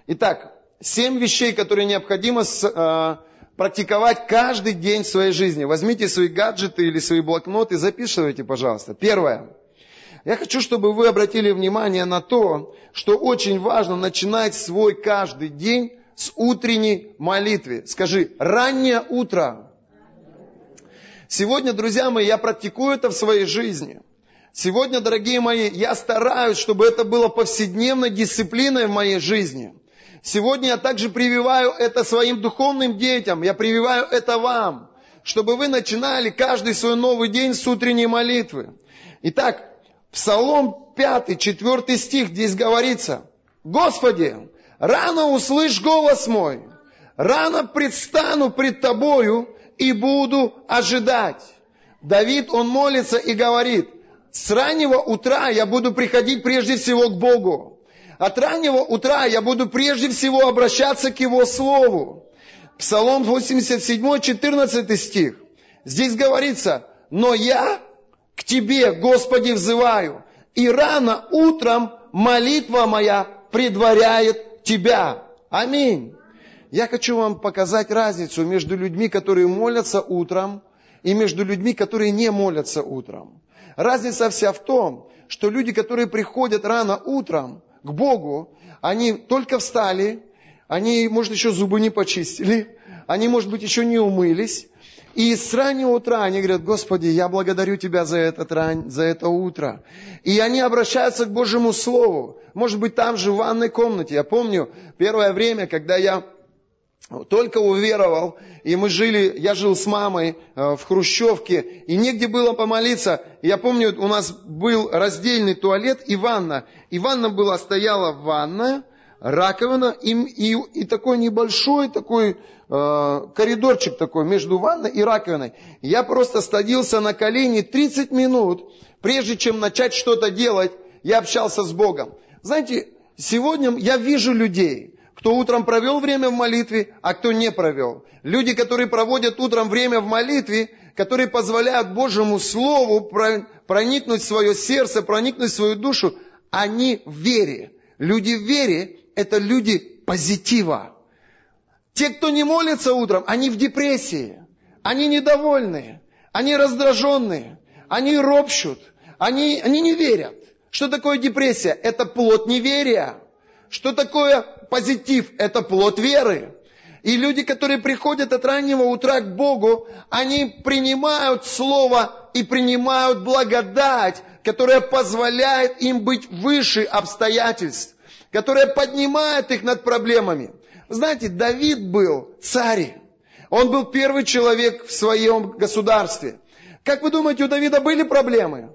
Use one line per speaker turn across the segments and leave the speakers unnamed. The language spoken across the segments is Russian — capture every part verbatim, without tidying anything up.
Итак, семь вещей, которые необходимо с, э, практиковать каждый день в своей жизни. Возьмите свои гаджеты или свои блокноты, записывайте, пожалуйста. Первое. Я хочу, чтобы вы обратили внимание на то, что очень важно начинать свой каждый день с утренней молитвы. Скажи, раннее утро. Сегодня, друзья мои, я практикую это в своей жизни. Сегодня, дорогие мои, я стараюсь, чтобы это было повседневной дисциплиной в моей жизни. Сегодня я также прививаю это своим духовным детям, я прививаю это вам, чтобы вы начинали каждый свой новый день с утренней молитвы. Итак, Псалом пятый, четвёртый стих, здесь говорится: «Господи, рано услышь голос мой, рано предстану пред Тобою и буду ожидать». Давид, он молится и говорит: с раннего утра я буду приходить прежде всего к Богу. От раннего утра я буду прежде всего обращаться к Его Слову. Псалом восемьдесят семь, четырнадцатый стих. Здесь говорится: «Но я к Тебе, Господи, взываю, и рано утром молитва моя предваряет Тебя». Аминь. Я хочу вам показать разницу между людьми, которые молятся утром, и между людьми, которые не молятся утром. Разница вся в том, что люди, которые приходят рано утром к Богу, они только встали, они, может, еще зубы не почистили, они, может быть, еще не умылись. И с раннего утра они говорят: Господи, я благодарю Тебя за, этот ран... за это утро. И они обращаются к Божьему Слову. Может быть, там же в ванной комнате. Я помню первое время, когда я только уверовал, и мы жили, я жил с мамой в хрущевке, и негде было помолиться. Я помню, у нас был раздельный туалет и ванна. И ванна была, стояла ванная, раковина, и, и, и такой небольшой такой э, коридорчик такой между ванной и раковиной. Я просто садился на колени тридцать минут, прежде чем начать что-то делать, я общался с Богом. Знаете, сегодня я вижу людей, кто утром провел время в молитве, а кто не провел. Люди, которые проводят утром время в молитве, которые позволяют Божьему Слову проникнуть в свое сердце, проникнуть в свою душу, они в вере. Люди в вере – это люди позитива. Те, кто не молится утром, они в депрессии, они недовольные, они раздраженные, они ропщут, они, они не верят. Что такое депрессия? Это плод неверия. Что такое позитив? Это плод веры. И люди, которые приходят от раннего утра к Богу, они принимают Слово и принимают благодать, которая позволяет им быть выше обстоятельств, которая поднимает их над проблемами. Знаете, Давид был царь. Он был первый человек в своем государстве. Как вы думаете, у Давида были проблемы?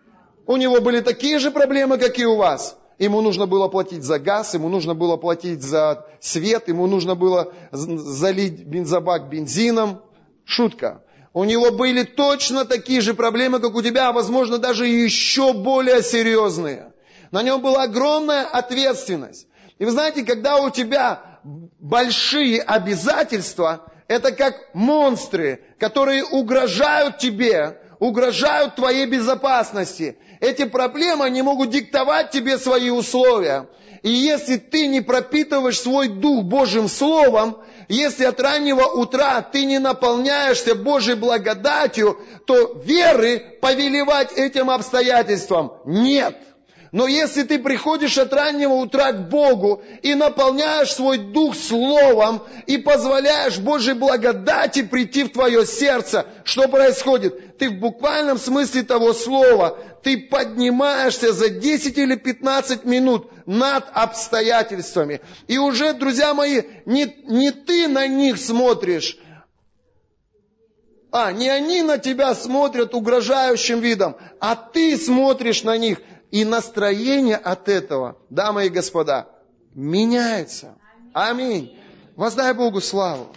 У него были такие же проблемы, как и у вас. Ему нужно было платить за газ, ему нужно было платить за свет, ему нужно было залить бензобак бензином. Шутка. У него были точно такие же проблемы, как у тебя, а возможно даже еще более серьезные. На нем была огромная ответственность. И вы знаете, когда у тебя большие обязательства, это как монстры, которые угрожают тебе, угрожают твоей безопасности. Эти проблемы, они могут диктовать тебе свои условия. И если ты не пропитываешь свой дух Божьим Словом, если от раннего утра ты не наполняешься Божьей благодатью, то веры повелевать этим обстоятельствам нет. Но если ты приходишь от раннего утра к Богу и наполняешь свой дух Словом и позволяешь Божьей благодати прийти в твое сердце, что происходит? Ты в буквальном смысле того слова, ты поднимаешься за десять или пятнадцать минут над обстоятельствами. И уже, друзья мои, не, не ты на них смотришь, а не они на тебя смотрят угрожающим видом, а ты смотришь на них. И настроение от этого, дамы и господа, меняется. Аминь. Воздай Богу славу.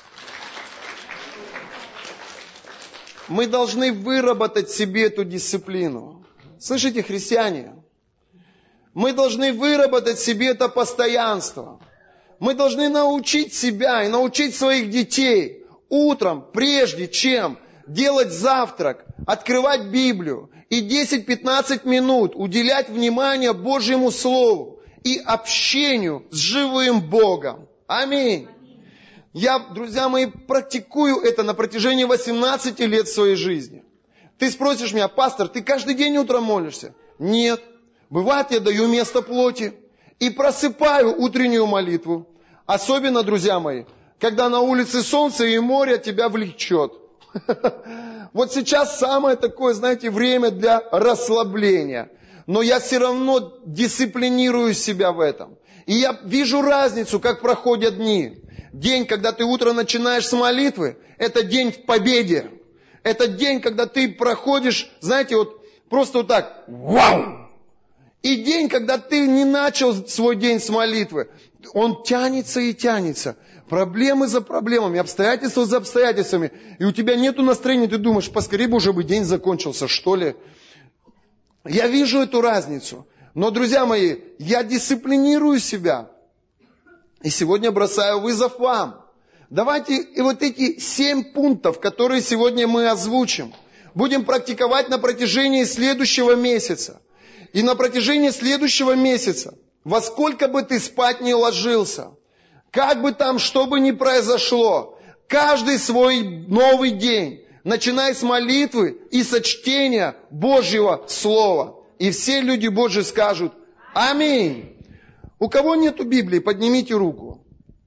Мы должны выработать себе эту дисциплину. Слышите, христиане? Мы должны выработать себе это постоянство. Мы должны научить себя и научить своих детей утром, прежде чем делать завтрак, открывать Библию и десять-пятнадцать минут уделять внимание Божьему Слову и общению с живым Богом. Аминь. Я, друзья мои, практикую это на протяжении восемнадцати лет своей жизни. Ты спросишь меня: пастор, ты каждый день утром молишься? Нет. Бывает, я даю место плоти и просыпаю утреннюю молитву. Особенно, друзья мои, когда на улице солнце и море тебя влечет. Вот сейчас самое такое, знаете, время для расслабления. Но я все равно дисциплинирую себя в этом. И я вижу разницу, как проходят дни. День, когда ты утром начинаешь с молитвы, это день в победе. Это день, когда ты проходишь, знаете, вот просто вот так, вау! И день, когда ты не начал свой день с молитвы, он тянется и тянется. Проблемы за проблемами, обстоятельства за обстоятельствами. И у тебя нету настроения, ты думаешь, поскорее бы уже бы день закончился, что ли. Я вижу эту разницу. Но, друзья мои, я дисциплинирую себя. И сегодня бросаю вызов вам. Давайте и вот эти семь пунктов, которые сегодня мы озвучим, будем практиковать на протяжении следующего месяца. И на протяжении следующего месяца, во сколько бы ты спать не ложился, как бы там, что бы ни произошло, каждый свой новый день, начиная с молитвы и со чтения Божьего Слова. И все люди Божьи скажут: аминь. У кого нету Библии, поднимите руку.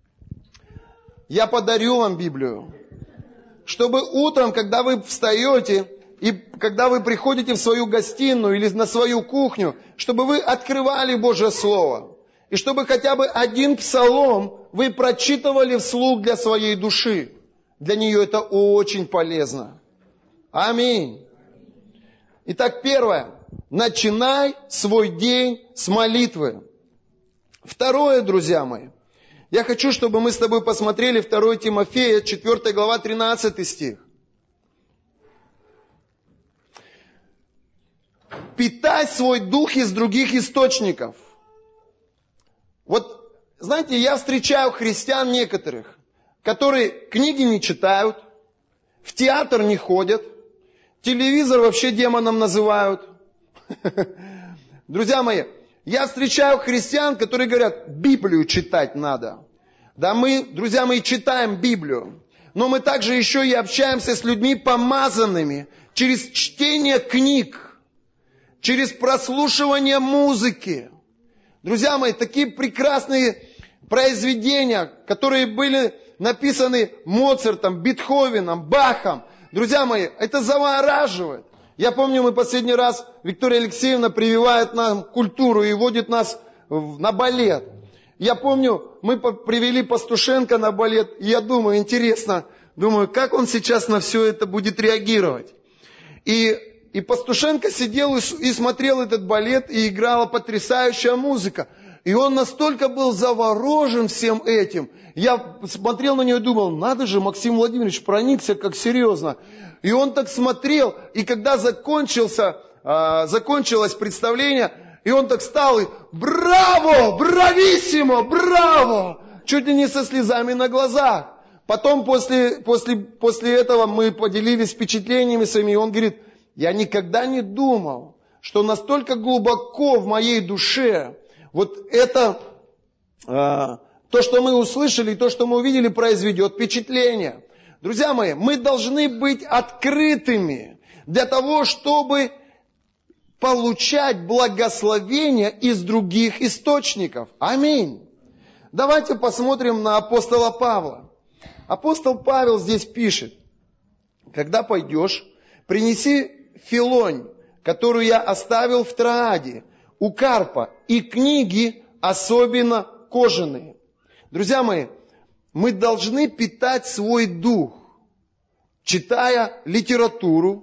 Я подарю вам Библию, чтобы утром, когда вы встаете, и когда вы приходите в свою гостиную или на свою кухню, чтобы вы открывали Божье Слово. И чтобы хотя бы один псалом вы прочитывали вслух для своей души. Для нее это очень полезно. Аминь. Итак, первое. Начинай свой день с молитвы. Второе, друзья мои. Я хочу, чтобы мы с тобой посмотрели второе Тимофея, четвёртая глава, тринадцатый стих. Питай свой дух из других источников. Вот, знаете, я встречаю христиан некоторых, которые книги не читают, в театр не ходят, телевизор вообще демоном называют. Друзья мои, я встречаю христиан, которые говорят: Библию читать надо. Да, мы, друзья мои, читаем Библию, но мы также еще и общаемся с людьми помазанными через чтение книг, через прослушивание музыки. Друзья мои, такие прекрасные произведения, которые были написаны Моцартом, Бетховеном, Бахом. Друзья мои, это завораживает. Я помню, мы последний раз, Виктория Алексеевна прививает нам культуру и водит нас на балет. Я помню, мы привели Пастушенко на балет, и я думаю, интересно, думаю, как он сейчас на все это будет реагировать. И, и Пастушенко сидел и, и смотрел этот балет, и играла потрясающая музыка. И он настолько был заворожен всем этим. Я смотрел на него и думал: надо же, Максим Владимирович проникся как серьезно. И он так смотрел, и когда закончился, э, закончилось представление, и он так встал и: браво, брависсимо, браво! Чуть ли не со слезами на глазах. Потом после, после, после этого мы поделились впечатлениями своими, и он говорит: я никогда не думал, что настолько глубоко в моей душе вот это, э, то, что мы услышали, то, что мы увидели, произведет впечатление. Друзья мои, мы должны быть открытыми для того, чтобы получать благословение из других источников. Аминь. Давайте посмотрим на апостола Павла. Апостол Павел здесь пишет: когда пойдешь, принеси филонь, которую я оставил в Трааде, у Карпа, и книги, особенно кожаные. Друзья мои, мы должны питать свой дух, читая литературу,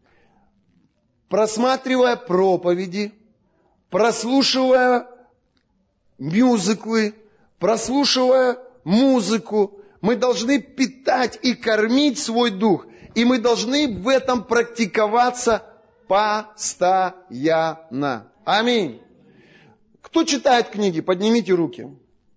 просматривая проповеди, прослушивая мюзиклы, прослушивая музыку. Мы должны питать и кормить свой дух. И мы должны в этом практиковаться постоянно. Аминь. Кто читает книги? Поднимите руки.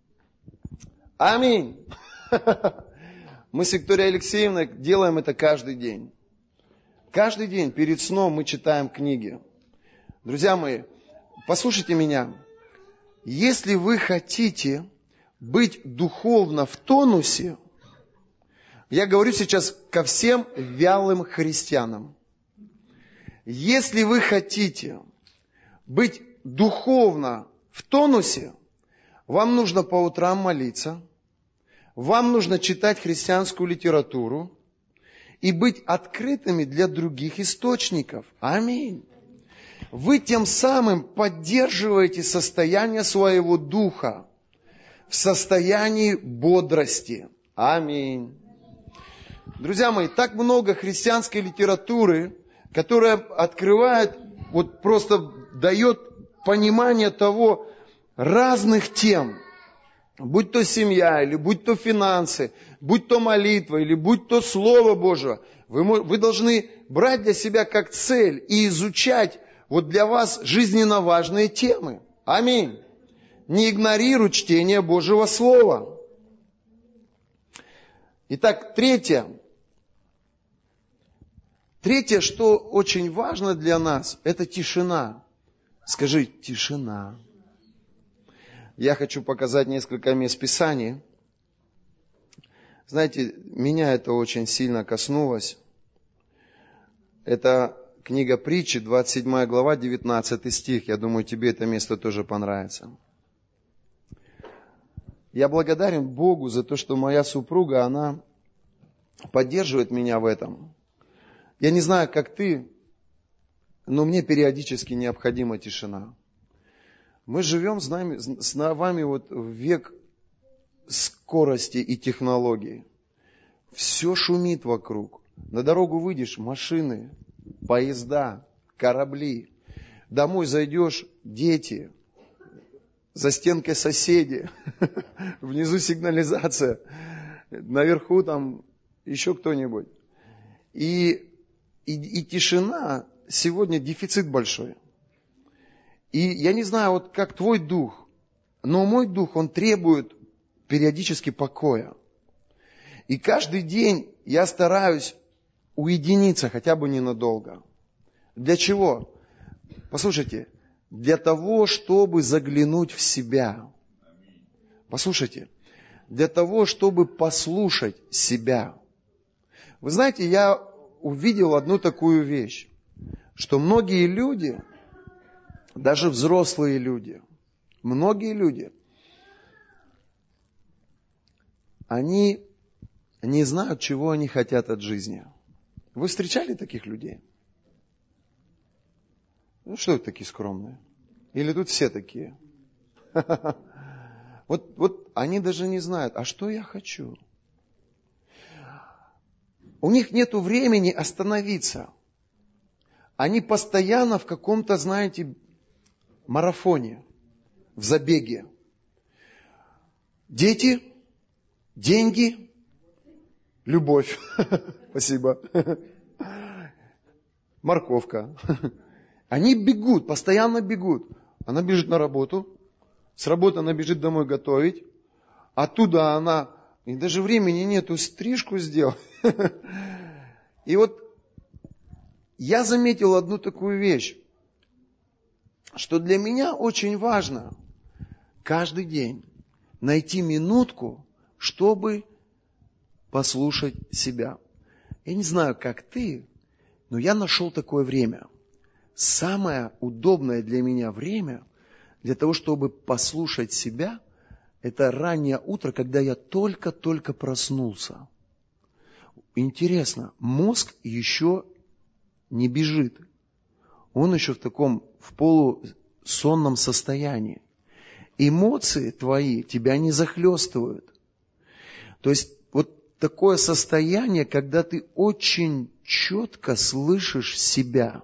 Аминь. Мы с Викторией Алексеевной делаем это каждый день. Каждый день перед сном мы читаем книги. Друзья мои, послушайте меня. Если вы хотите быть духовно в тонусе, я говорю сейчас ко всем вялым христианам. Если вы хотите быть духовно в тонусе, вам нужно по утрам молиться, вам нужно читать христианскую литературу и быть открытыми для других источников. Аминь. Вы тем самым поддерживаете состояние своего духа в состоянии бодрости. Аминь. Друзья мои, так много христианской литературы, которая открывает, вот просто дает понимание того, разных тем, будь то семья, или будь то финансы, будь то молитва, или будь то Слово Божие. Вы, вы должны брать для себя как цель и изучать вот для вас жизненно важные темы. Аминь. Не игнорируй чтение Божьего Слова. Итак, третье. Третье, что очень важно для нас, это тишина. Скажи, тишина. Я хочу показать несколько мест Писаний. Знаете, меня это очень сильно коснулось. Это книга Притчи, двадцать седьмая глава, девятнадцатый стих. Я думаю, тебе это место тоже понравится. Я благодарен Богу за то, что моя супруга, она поддерживает меня в этом. Я не знаю, как ты, но мне периодически необходима тишина. Мы живем с, нами, с вами вот в век скорости и технологий. Все шумит вокруг. На дорогу выйдешь, машины, поезда, корабли. Домой зайдешь, дети. За стенкой соседи. Внизу сигнализация. Наверху там еще кто-нибудь. И, и, и тишина сегодня дефицит большой. И я не знаю, вот как твой дух, но мой дух, он требует периодически покоя. И каждый день я стараюсь уединиться хотя бы ненадолго. Для чего? Послушайте, для того, чтобы заглянуть в себя. Послушайте, для того, чтобы послушать себя. Вы знаете, я увидел одну такую вещь, что многие люди, даже взрослые люди, многие люди, они не знают, чего они хотят от жизни. Вы встречали таких людей? Ну, что это такие скромные? Или тут все такие? Вот, вот они даже не знают, а что я хочу? У них нет времени остановиться. Они постоянно в каком-то, знаете, марафоне, в забеге. Дети, деньги, любовь. Спасибо. Морковка. Они бегут, постоянно бегут. Она бежит на работу, с работы она бежит домой готовить, оттуда она, и даже времени нету стрижку сделать. И вот я заметил одну такую вещь, что для меня очень важно каждый день найти минутку, чтобы послушать себя. Я не знаю, как ты, но я нашел такое время. Самое удобное для меня время для того, чтобы послушать себя, это раннее утро, когда я только-только проснулся. Интересно, мозг еще не бежит. Он еще в таком, в полусонном состоянии. Эмоции твои тебя не захлестывают. То есть вот такое состояние, когда ты очень четко слышишь себя.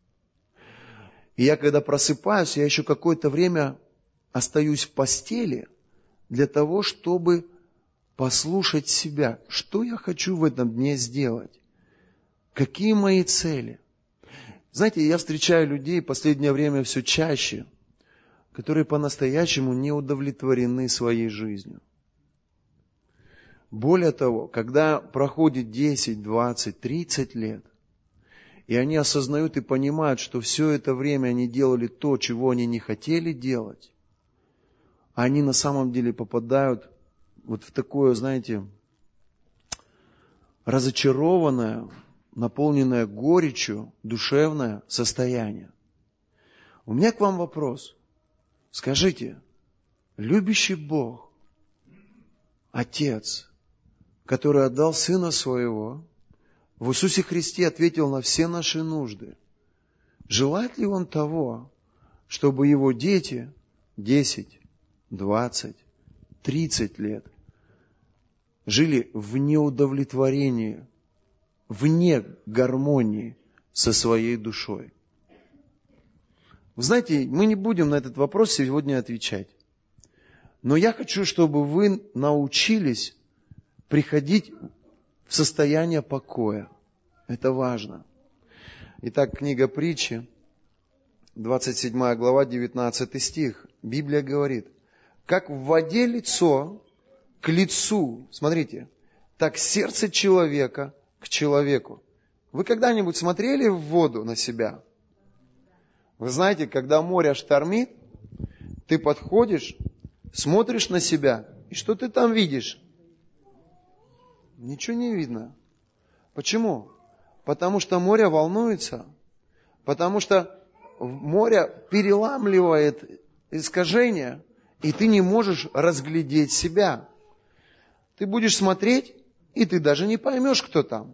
И я когда просыпаюсь, я еще какое-то время остаюсь в постели для того, чтобы послушать себя. Что я хочу в этом дне сделать? Какие мои цели? Знаете, я встречаю людей в последнее время все чаще, которые по-настоящему не удовлетворены своей жизнью. Более того, когда проходит десять, двадцать, тридцать лет, и они осознают и понимают, что все это время они делали то, чего они не хотели делать, они на самом деле попадают вот в такое, знаете, разочарованное, наполненное горечью, душевное состояние. У меня к вам вопрос. Скажите, любящий Бог, Отец, который отдал Сына Своего, в Иисусе Христе ответил на все наши нужды, желает ли Он того, чтобы Его дети десять, двадцать, тридцать лет жили в неудовлетворении, вне гармонии со своей душой? Вы знаете, мы не будем на этот вопрос сегодня отвечать. Но я хочу, чтобы вы научились приходить в состояние покоя. Это важно. Итак, книга Притчи, двадцать седьмая глава, девятнадцатый стих. Библия говорит: как в воде лицо к лицу, смотрите, так сердце человека к человеку. Вы когда-нибудь смотрели в воду на себя? Вы знаете, когда море штормит, ты подходишь, смотришь на себя, и что ты там видишь? Ничего не видно. Почему? Потому что море волнуется, потому что море переламливает искажения, и ты не можешь разглядеть себя. Ты будешь смотреть, и ты даже не поймешь, кто там.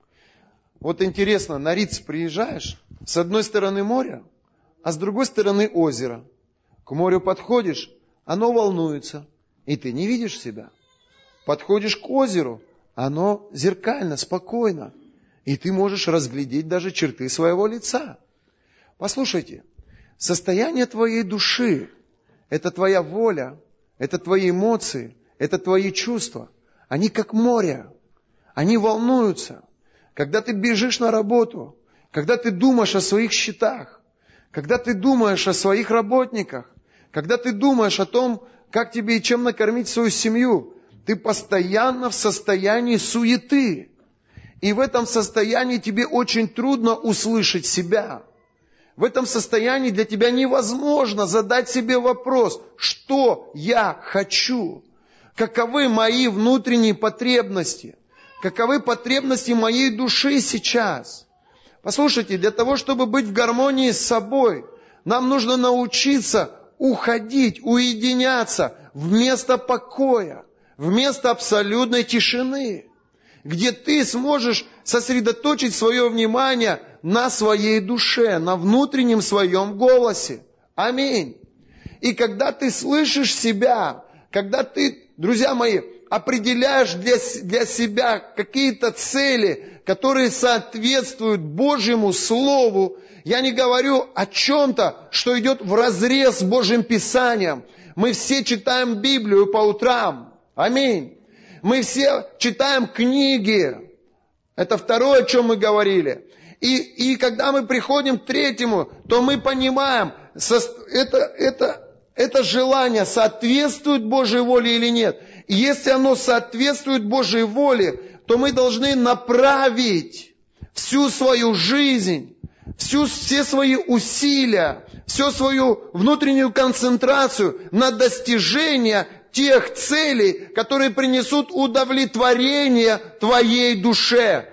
Вот интересно, на Риц приезжаешь, с одной стороны море, а с другой стороны озеро. К морю подходишь, оно волнуется, и ты не видишь себя. Подходишь к озеру, оно зеркально, спокойно, и ты можешь разглядеть даже черты своего лица. Послушайте, состояние твоей души – это твоя воля, это твои эмоции, это твои чувства. Они как море, они волнуются. Когда ты бежишь на работу, когда ты думаешь о своих счетах, когда ты думаешь о своих работниках, когда ты думаешь о том, как тебе и чем накормить свою семью, ты постоянно в состоянии суеты. И в этом состоянии тебе очень трудно услышать себя. В этом состоянии для тебя невозможно задать себе вопрос: что я хочу? Каковы мои внутренние потребности? Каковы потребности моей души сейчас? Послушайте, для того, чтобы быть в гармонии с собой, нам нужно научиться уходить, уединяться в место покоя, в место абсолютной тишины, где ты сможешь сосредоточить свое внимание на своей душе, на внутреннем своем голосе. Аминь. И когда ты слышишь себя, когда ты, друзья мои, определяешь для, для себя какие-то цели, которые соответствуют Божьему Слову, я не говорю о чем-то, что идет вразрез с Божьим Писанием. Мы все читаем Библию по утрам. Аминь. Мы все читаем книги. Это второе, о чем мы говорили. И, и когда мы приходим к третьему, то мы понимаем, это, это, это желание соответствует Божьей воле или нет. И если оно соответствует Божьей воле, то мы должны направить всю свою жизнь, всю, все свои усилия, всю свою внутреннюю концентрацию на достижение тех целей, которые принесут удовлетворение твоей душе.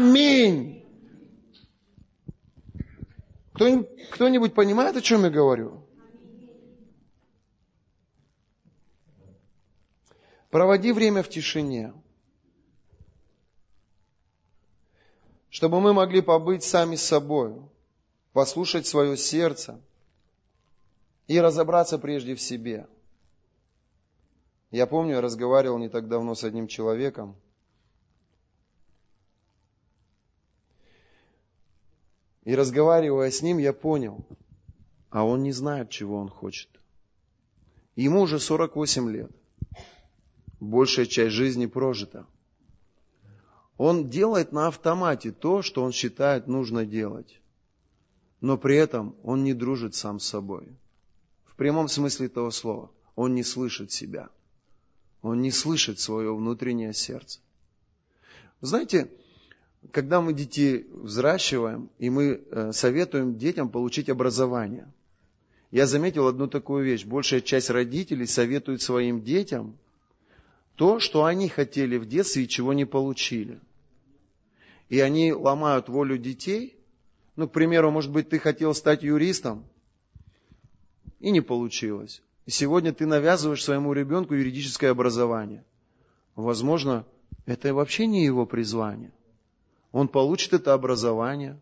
Аминь. Кто-нибудь, кто-нибудь понимает, о чем я говорю? Проводи время в тишине, чтобы мы могли побыть сами с собой, послушать свое сердце и разобраться прежде в себе. Я помню, я разговаривал не так давно с одним человеком, и разговаривая с ним, я понял, а он не знает, чего он хочет. Ему уже сорок восемь лет. Большая часть жизни прожита. Он делает на автомате то, что он считает нужно делать. Но при этом он не дружит сам с собой. В прямом смысле этого слова. Он не слышит себя. Он не слышит свое внутреннее сердце. Вы знаете, когда мы детей взращиваем, и мы советуем детям получить образование, Я заметил одну такую вещь. Большая часть родителей советует своим детям то, что они хотели в детстве и чего не получили. И они ломают волю детей. Ну, к примеру, может быть, ты хотел стать юристом, и не получилось. И сегодня ты навязываешь своему ребенку юридическое образование. Возможно, это вообще не его призвание. Он получит это образование,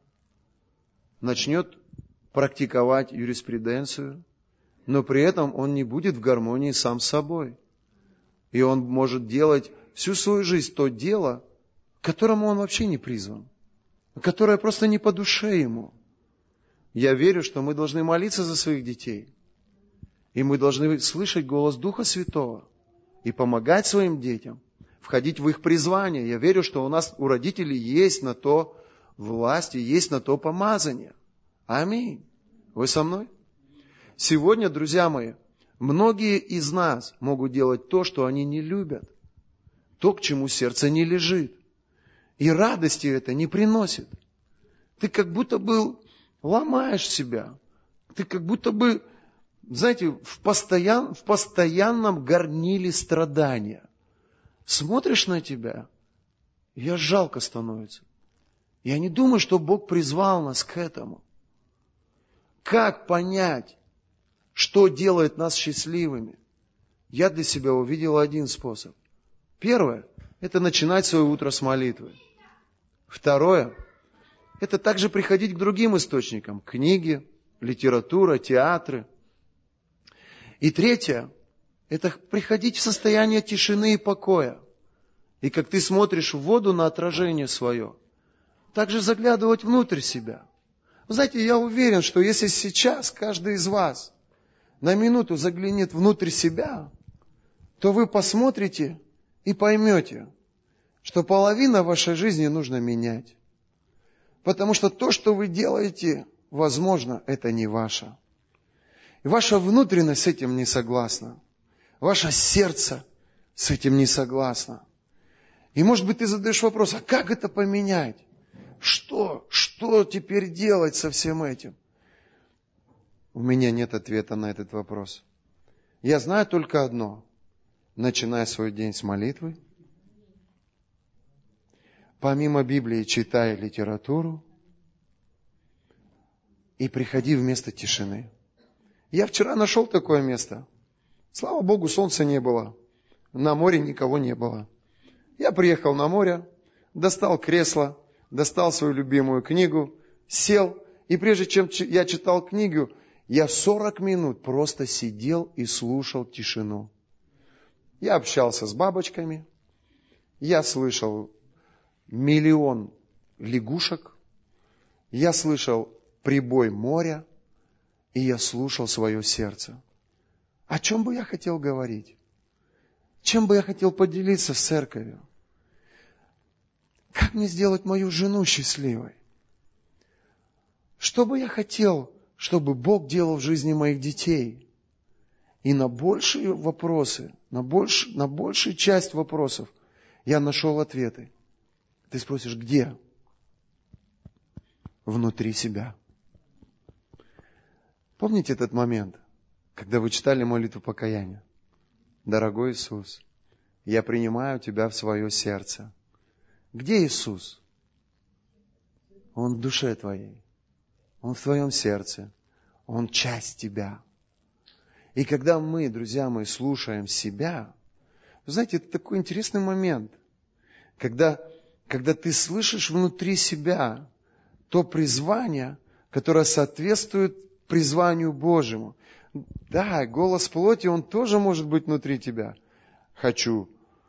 начнет практиковать юриспруденцию, но при этом он не будет в гармонии сам с собой. И он может делать всю свою жизнь то дело, к которому он вообще не призван, которое просто не по душе ему. Я верю, что мы должны молиться за своих детей, и мы должны слышать голос Духа Святого и помогать своим детям входить в их призвание. Я верю, что у нас, у родителей есть на то власть и есть на то помазание. Аминь. Вы со мной? Сегодня, друзья мои, многие из нас могут делать то, что они не любят, то, к чему сердце не лежит. И радости это не приносит. Ты как будто бы ломаешь себя. Ты как будто бы, знаете, в, постоян, в постоянном горниле страдания. Смотришь на тебя, и аж жалко становится. Я не думаю, что Бог призвал нас к этому. Как понять, что делает нас счастливыми? Я для себя увидел один способ. Первое – это начинать свое утро с молитвы. Второе – это также приходить к другим источникам. Книги, литература, театры. И третье – это приходить в состояние тишины и покоя. И как ты смотришь в воду на отражение свое, также заглядывать внутрь себя. Вы знаете, я уверен, что если сейчас каждый из вас на минуту заглянет внутрь себя, то вы посмотрите и поймете, что половина вашей жизни нужно менять. Потому что то, что вы делаете, возможно, это не ваше. И ваша внутренность с этим не согласна. Ваше сердце с этим не согласно. И может быть ты задаешь вопрос, а как это поменять? Что? Что теперь делать со всем этим? У меня нет ответа на этот вопрос. Я знаю только одно. Начинай свой день с молитвы. Помимо Библии читай литературу. И приходи в место тишины. Я вчера нашел такое место. Слава Богу, солнца не было. На море никого не было. Я приехал на море, достал кресло, достал свою любимую книгу, сел. И прежде чем я читал книгу, я сорок минут просто сидел и слушал тишину. Я общался с бабочками. Я слышал миллион лягушек. Я слышал прибой моря. И я слушал свое сердце. О чем бы я хотел говорить? Чем бы я хотел поделиться с церковью? Как мне сделать мою жену счастливой? Что бы я хотел, чтобы Бог делал в жизни моих детей? И на большие вопросы, на, больш, на большую часть вопросов я нашел ответы. Ты спросишь, где? Внутри себя. Помните этот момент, когда вы читали молитву покаяния? Дорогой Иисус, я принимаю Тебя в свое сердце. Где Иисус? Он в душе твоей. Он в твоем сердце. Он часть тебя. И когда мы, друзья мои, слушаем себя, вы знаете, это такой интересный момент, когда, когда ты слышишь внутри себя то призвание, которое соответствует призванию Божьему. Да, голос плоти, он тоже может быть внутри тебя. Хочу.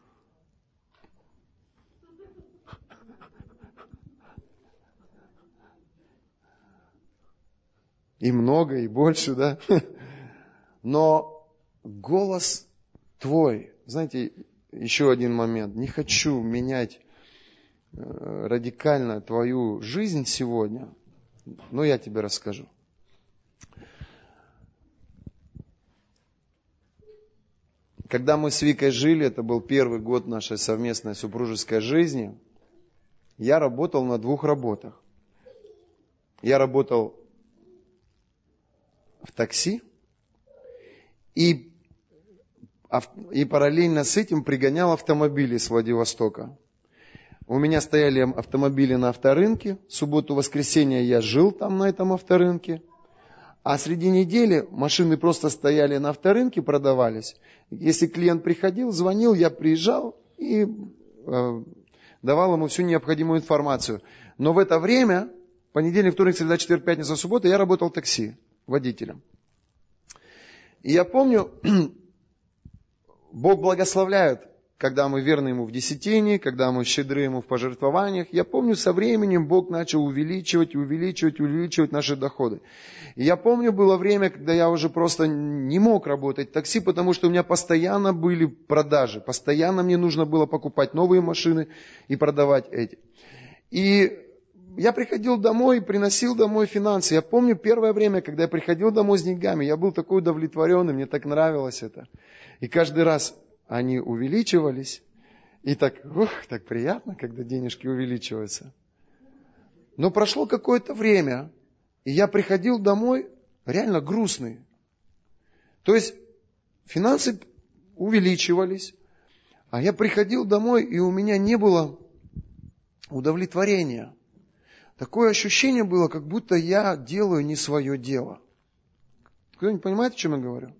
И много, и больше, да. Но голос твой, знаете, еще один момент. Не хочу менять радикально твою жизнь сегодня, но я тебе расскажу. Когда мы с Викой жили, это был первый год нашей совместной супружеской жизни, я работал на двух работах. Я работал в такси, и, и параллельно с этим пригонял автомобили с Владивостока. У меня стояли автомобили на авторынке. В субботу-воскресенье я жил там на этом авторынке. А среди недели машины просто стояли на авторынке, продавались. Если клиент приходил, звонил, я приезжал и э, давал ему всю необходимую информацию. Но в это время, понедельник, вторник, среда, четверг, пятница, суббота, я работал такси, водителем. И я помню, Бог благословляет, когда мы верны Ему в десятине, когда мы щедры Ему в пожертвованиях. Я помню, со временем Бог начал увеличивать, увеличивать, увеличивать наши доходы. И я помню, было время, когда я уже просто не мог работать в такси, потому что у меня постоянно были продажи. Постоянно мне нужно было покупать новые машины и продавать эти. И я приходил домой и приносил домой финансы. Я помню первое время, когда я приходил домой с деньгами, я был такой удовлетворенный, мне так нравилось это. И каждый раз они увеличивались, и так, ух, так приятно, когда денежки увеличиваются. Но прошло какое-то время, и я приходил домой реально грустный. То есть финансы увеличивались, а я приходил домой, и у меня не было удовлетворения. Такое ощущение было, как будто я делаю не свое дело. Кто-нибудь понимает, о чем я говорю?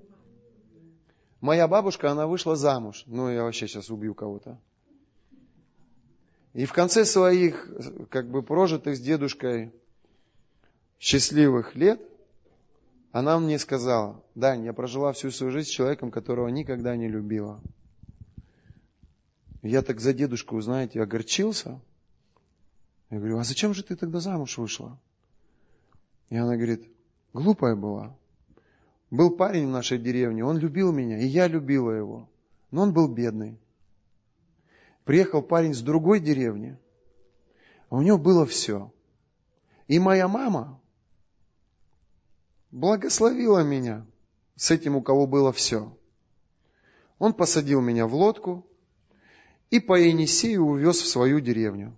Моя бабушка, она вышла замуж. Ну, я вообще сейчас убью кого-то. И в конце своих, как бы, прожитых с дедушкой счастливых лет, она мне сказала: Дань, я прожила всю свою жизнь с человеком, которого никогда не любила. Я так за дедушку, знаете, огорчился. Я говорю: а зачем же ты тогда замуж вышла? И она говорит: глупая была. Был парень в нашей деревне, он любил меня, и я любила его. Но он был бедный. Приехал парень с другой деревни, а у него было все. И моя мама благословила меня с этим, у кого было все. Он посадил меня в лодку и по Енисею увез в свою деревню.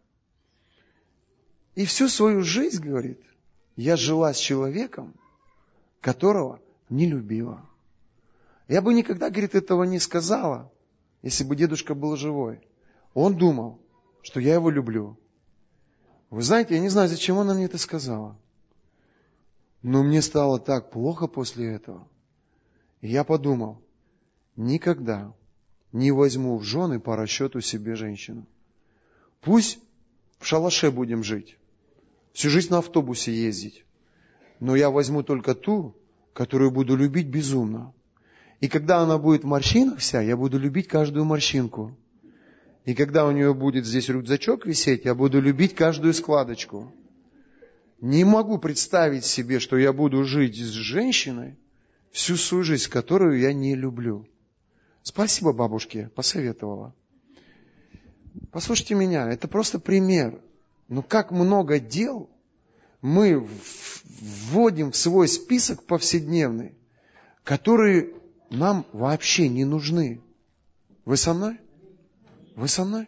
И всю свою жизнь, говорит, я жила с человеком, которого не любила. Я бы никогда, говорит, этого не сказала, если бы дедушка был живой. Он думал, что я его люблю. Вы знаете, я не знаю, зачем она мне это сказала. Но мне стало так плохо после этого. И я подумал: никогда не возьму в жены по расчету себе женщину. Пусть в шалаше будем жить, всю жизнь на автобусе ездить. Но я возьму только ту, которую буду любить безумно. И когда она будет в морщинах вся, я буду любить каждую морщинку. И когда у нее будет здесь рюкзачок висеть, я буду любить каждую складочку. Не могу представить себе, что я буду жить с женщиной всю свою жизнь, которую я не люблю. Спасибо бабушке, посоветовала. Послушайте меня, это просто пример. Но как много дел мы вводим в свой список повседневный, которые нам вообще не нужны. Вы со мной? Вы со мной?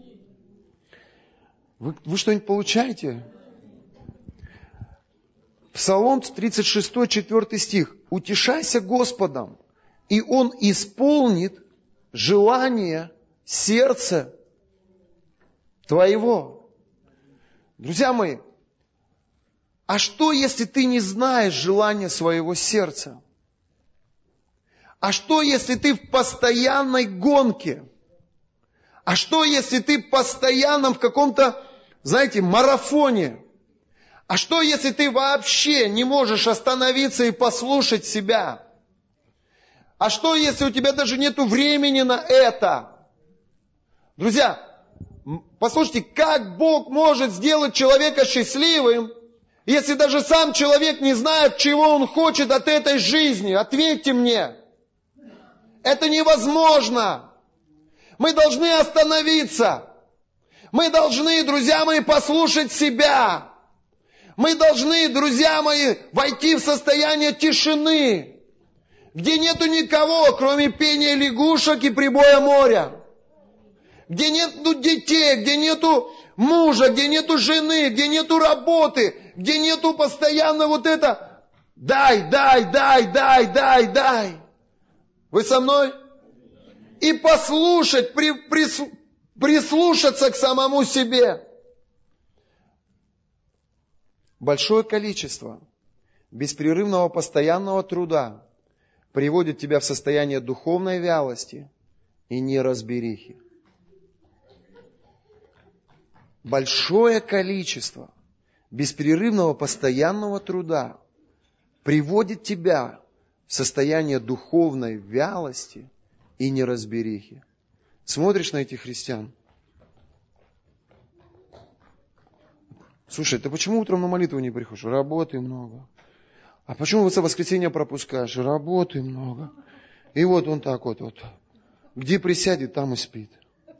Вы, вы что-нибудь получаете? Псалом тридцать шесть, четвёртый стих. «Утешайся Господом, и Он исполнит желание сердца твоего». Друзья мои, а что, если ты не знаешь желания своего сердца? А что, если ты в постоянной гонке? А что, если ты постоянно в каком-то, знаете, марафоне? А что, если ты вообще не можешь остановиться и послушать себя? А что, если у тебя даже нет времени на это? Друзья, послушайте, как Бог может сделать человека счастливым, если даже сам человек не знает, чего он хочет от этой жизни? Ответьте мне. Это невозможно. Мы должны остановиться. Мы должны, друзья мои, послушать себя. Мы должны, друзья мои, войти в состояние тишины, где нету никого, кроме пения лягушек и прибоя моря. Где нету детей, где нету мужа, где нету жены, где нету работы, где нету постоянно вот это Дай, дай, дай, дай, дай, дай. Вы со мной? И послушать, при, прис, прислушаться к самому себе. Большое количество беспрерывного постоянного труда приводит тебя в состояние духовной вялости и неразберихи. Большое количество беспрерывного постоянного труда приводит тебя в состояние духовной вялости и неразберихи. Смотришь на этих христиан. Слушай, ты почему утром на молитву не приходишь? Работы много. А почему в воскресенье пропускаешь? Работы много. И вот он так вот, вот. Где присядет, там и спит.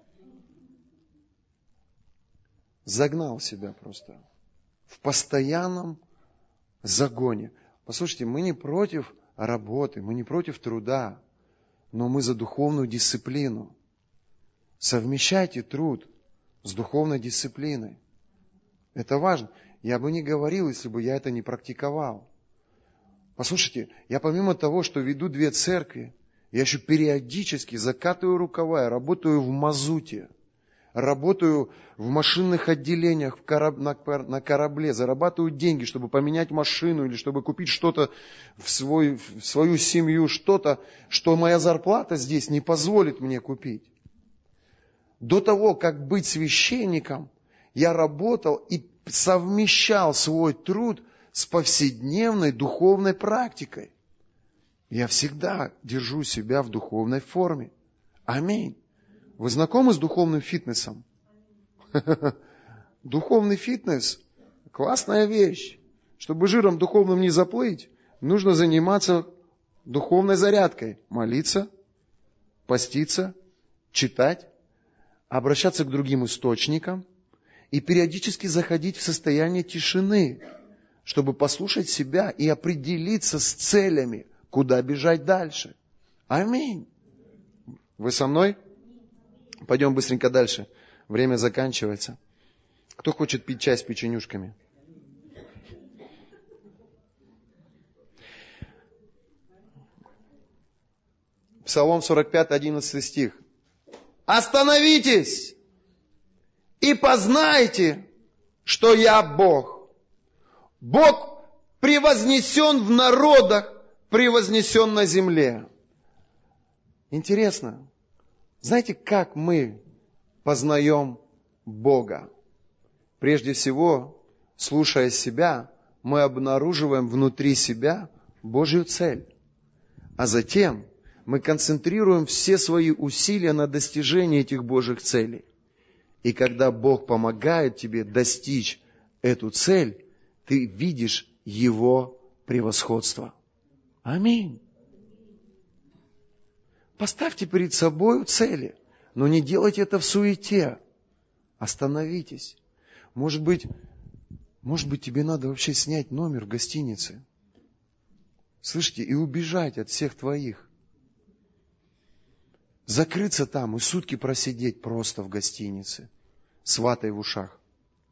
Загнал себя просто. В постоянном загоне. Послушайте, мы не против работы, мы не против труда, но мы за духовную дисциплину. Совмещайте труд с духовной дисциплиной. Это важно. Я бы не говорил, если бы я это не практиковал. Послушайте, я помимо того, что веду две церкви, я еще периодически закатываю рукава, я работаю в мазуте, работаю в машинных отделениях в кораб... на корабле, зарабатываю деньги, чтобы поменять машину или чтобы купить что-то в, свой... в свою семью, что-то, что моя зарплата здесь не позволит мне купить. До того, как быть священником, я работал и совмещал свой труд с повседневной духовной практикой. Я всегда держу себя в духовной форме. Аминь. Вы знакомы с духовным фитнесом? Духовный фитнес – классная вещь. Чтобы жиром духовным не заплыть, нужно заниматься духовной зарядкой. Молиться, поститься, читать, обращаться к другим источникам и периодически заходить в состояние тишины, чтобы послушать себя и определиться с целями, куда бежать дальше. Аминь. Вы со мной? Пойдем быстренько дальше. Время заканчивается. Кто хочет пить чай с печенюшками? Псалом сорок пять, одиннадцатый стих. Остановитесь и познайте, что я Бог. Бог превознесен в народах, превознесен на земле. Интересно, знаете, как мы познаем Бога? Прежде всего, слушая себя, мы обнаруживаем внутри себя Божью цель. А затем мы концентрируем все свои усилия на достижении этих Божьих целей. И когда Бог помогает тебе достичь эту цель, ты видишь Его превосходство. Аминь. Поставьте перед собой цели, но не делайте это в суете. Остановитесь. Может быть, может быть, тебе надо вообще снять номер в гостинице. Слышите, и убежать от всех твоих. Закрыться там и сутки просидеть просто в гостинице, с ватой в ушах.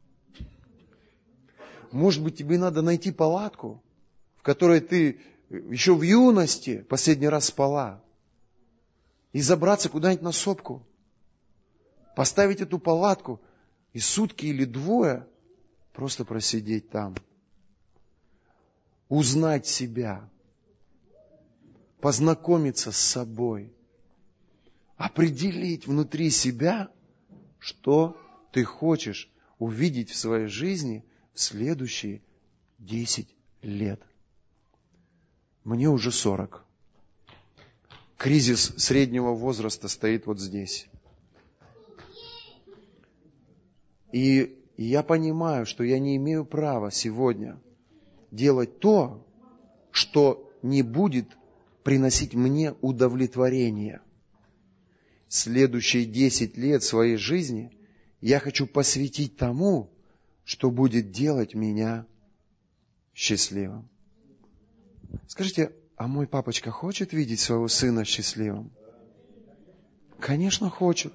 Может быть, тебе надо найти палатку, в которой ты еще в юности последний раз спала, и забраться куда-нибудь на сопку, поставить эту палатку и сутки или двое просто просидеть там. Узнать себя, познакомиться с собой, определить внутри себя, что ты хочешь увидеть в своей жизни в следующие десять лет. Мне уже сорок. Кризис среднего возраста стоит вот здесь. И я понимаю, что я не имею права сегодня делать то, что не будет приносить мне удовлетворение. Следующие десять лет своей жизни я хочу посвятить тому, что будет делать меня счастливым. Скажите, а мой папочка хочет видеть своего сына счастливым? Конечно, хочет.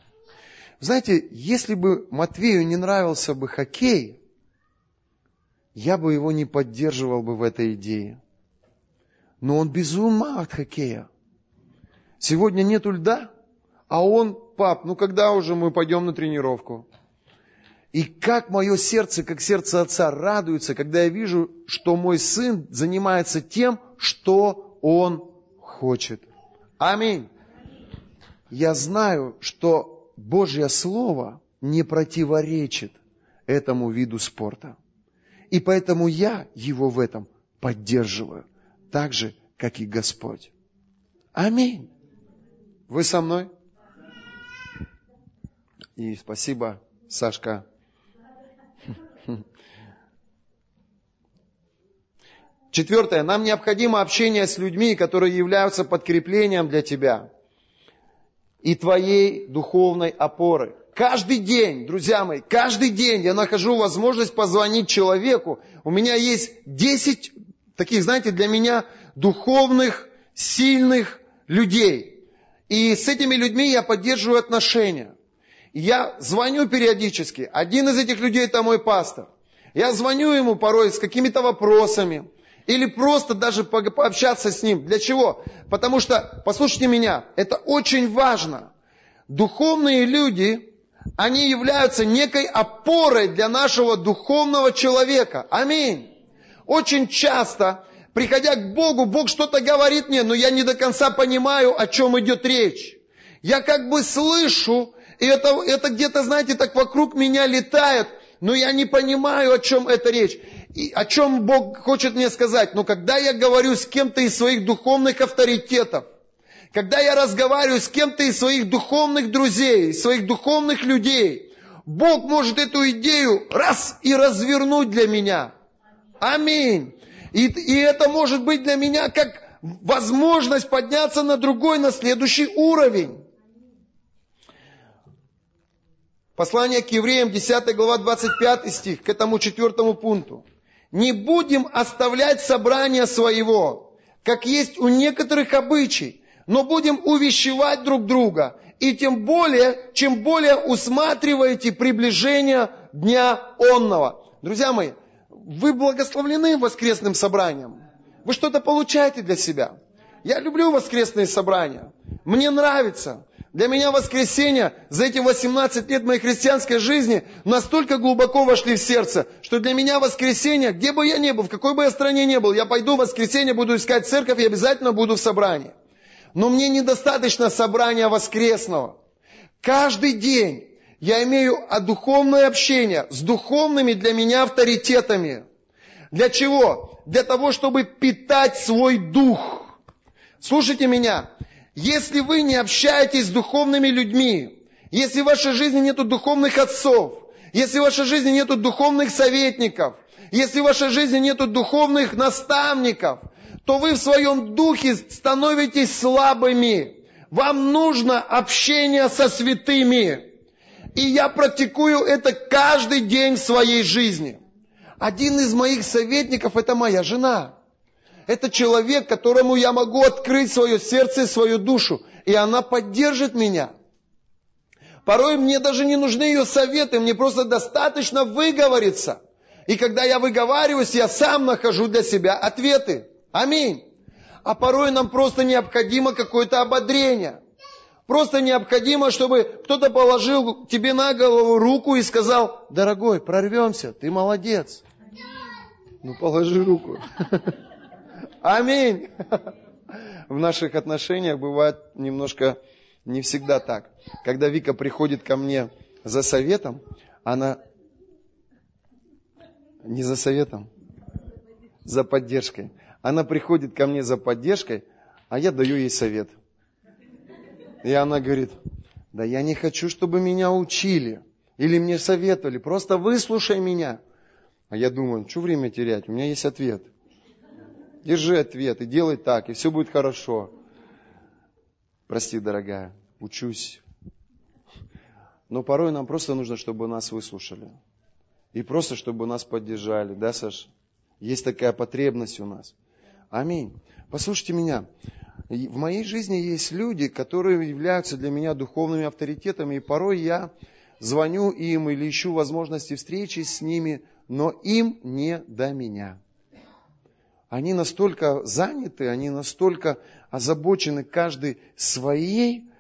Знаете, если бы Матвею не нравился бы хоккей, я бы его не поддерживал бы в этой идее. Но он без ума от хоккея. Сегодня нету льда, а он, пап, ну когда уже мы пойдем на тренировку? И как мое сердце, как сердце отца, радуется, когда я вижу, что мой сын занимается тем, что он хочет. Аминь. Я знаю, что Божье Слово не противоречит этому виду спорта. И поэтому я его в этом поддерживаю, так же, как и Господь. Аминь. Вы со мной? И спасибо, Сашка. Четвертое. Нам необходимо общение с людьми, которые являются подкреплением для тебя и твоей духовной опоры. Каждый день, друзья мои, каждый день я нахожу возможность позвонить человеку. У меня есть десять таких, знаете, для меня духовных, сильных людей. И с этими людьми я поддерживаю отношения. Я звоню периодически. Один из этих людей – это мой пастор. Я звоню ему порой с какими-то вопросами. Или просто даже пообщаться с ним. Для чего? Потому что, послушайте меня, это очень важно. Духовные люди, они являются некой опорой для нашего духовного человека. Аминь. Очень часто, приходя к Богу, Бог что-то говорит мне, но я не до конца понимаю, о чем идет речь. Я как бы слышу, и это, это где-то, знаете, так вокруг меня летает, но я не понимаю, о чем это речь. И о чем Бог хочет мне сказать. Но когда я говорю с кем-то из своих духовных авторитетов, когда я разговариваю с кем-то из своих духовных друзей, своих духовных людей, Бог может эту идею раз и развернуть для меня. Аминь. И, и это может быть для меня как возможность подняться на другой, на следующий уровень. Послание к евреям, десятая глава, двадцать пятый стих, к этому четвертому пункту. «Не будем оставлять собрания своего, как есть у некоторых обычай, но будем увещевать друг друга, и тем более, чем более усматриваете приближение дня онного». Друзья мои, вы благословлены воскресным собранием. Вы что-то получаете для себя. Я люблю воскресные собрания. Мне нравится. Для меня воскресенье за эти восемнадцать лет моей христианской жизни настолько глубоко вошли в сердце, что для меня воскресенье, где бы я ни был, в какой бы я стране ни был, я пойду в воскресенье, буду искать церковь и обязательно буду в собрании. Но мне недостаточно собрания воскресного. Каждый день я имею духовное общение с духовными для меня авторитетами. Для чего? Для того, чтобы питать свой дух. Слушайте меня. Если вы не общаетесь с духовными людьми, если в вашей жизни нету духовных отцов, если в вашей жизни нету духовных советников, если в вашей жизни нету духовных наставников, то вы в своем духе становитесь слабыми. Вам нужно общение со святыми. И я практикую это каждый день в своей жизни. Один из моих советников – это моя жена. Это человек, которому я могу открыть свое сердце и свою душу. И она поддержит меня. Порой мне даже не нужны ее советы. Мне просто достаточно выговориться. И когда я выговариваюсь, я сам нахожу для себя ответы. Аминь. А порой нам просто необходимо какое-то ободрение. Просто необходимо, чтобы кто-то положил тебе на голову руку и сказал: дорогой, прорвемся, ты молодец. Ну положи руку. Аминь. В наших отношениях бывает немножко не всегда так. Когда Вика приходит ко мне за советом, она... Не за советом, за поддержкой. Она приходит ко мне за поддержкой, а я даю ей совет. И она говорит: да я не хочу, чтобы меня учили или мне советовали, просто выслушай меня. А я думаю, что время терять, у меня есть ответ. Держи ответ и делай так, и все будет хорошо. Прости, дорогая, учусь. Но порой нам просто нужно, чтобы нас выслушали. И просто, чтобы нас поддержали. Да, Саш? Есть такая потребность у нас. Аминь. Послушайте меня. В моей жизни есть люди, которые являются для меня духовными авторитетами. И порой я звоню им или ищу возможности встречи с ними но им не до меня. Они настолько заняты, они настолько озабочены каждый своей,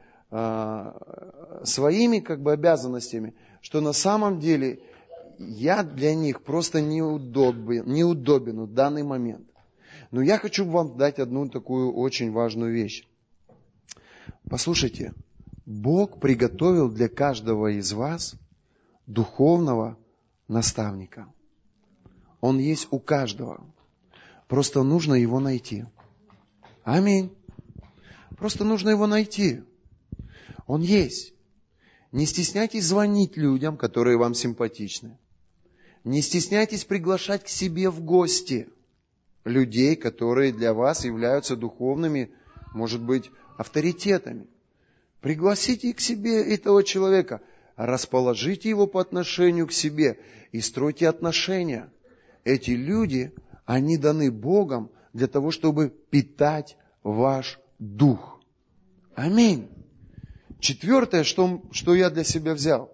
своими как бы обязанностями, что на самом деле я для них просто неудобен, неудобен в данный момент. Но я хочу вам дать одну такую очень важную вещь. Послушайте, Бог приготовил для каждого из вас духовного наставника. Он есть у каждого. Просто нужно его найти. Аминь. Просто нужно его найти. Он есть. Не стесняйтесь звонить людям, которые вам симпатичны. Не стесняйтесь приглашать к себе в гости людей, которые для вас являются духовными, может быть, авторитетами. Пригласите к себе этого человека, расположите его по отношению к себе и стройте отношения. Эти люди, они даны Богом для того, чтобы питать ваш дух. Аминь. Четвертое, что, что я для себя взял.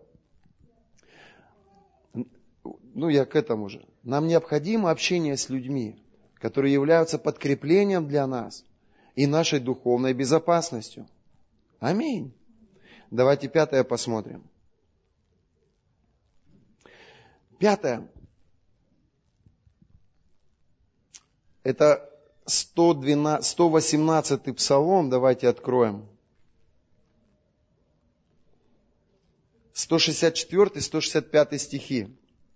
Ну, я к этому же. Нам необходимо общение с людьми, которые являются подкреплением для нас и нашей духовной безопасностью. Аминь. Давайте пятое посмотрим. Пятое. Это сто двенадцатый, сто восемнадцатый псалом. Давайте откроем. сто шестьдесят четвёртый, сто шестьдесят пятый стихи.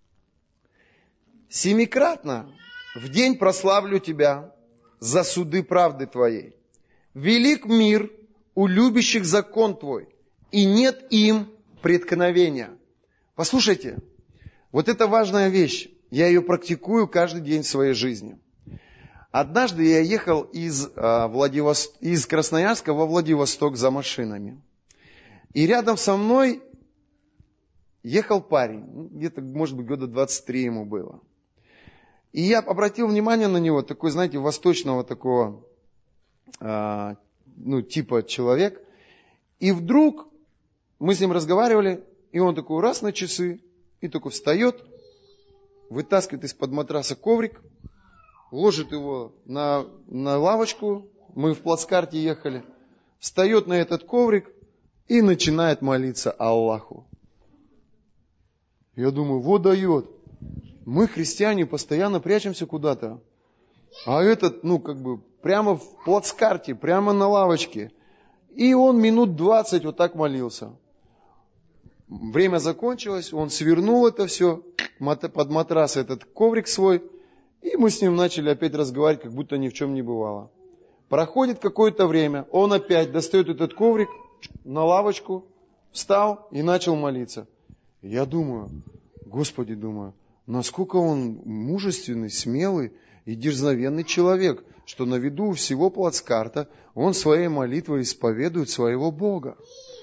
«Семикратно в день прославлю Тебя за суды правды Твоей. Велик мир у любящих закон Твой, и нет им преткновения». Послушайте, вот это важная вещь. Я ее практикую каждый день в своей жизни. Однажды я ехал из, Владивосток, из Красноярска во Владивосток за машинами. И рядом со мной ехал парень, где-то, может быть, года двадцать три ему было. И я обратил внимание на него, такой, знаете, восточного такого, э, ну, типа человек. И вдруг мы с ним разговаривали, и он такой раз на часы, и такой встает, вытаскивает из-под матраса коврик, ложит его на, на лавочку, мы в плацкарте ехали, встает на этот коврик и начинает молиться Аллаху. Я думаю, вот дает. Мы, христиане, постоянно прячемся куда-то. А этот, ну, как бы, прямо в плацкарте, прямо на лавочке. И он минут двадцать вот так молился. Время закончилось, он свернул это все под матрас, этот коврик свой. И мы с ним начали опять разговаривать, как будто ни в чем не бывало. Проходит какое-то время, он опять достает этот коврик на лавочку, встал и начал молиться. Я думаю, Господи, думаю, насколько он мужественный, смелый и дерзновенный человек, что на виду всего плацкарта он своей молитвой исповедует своего Бога.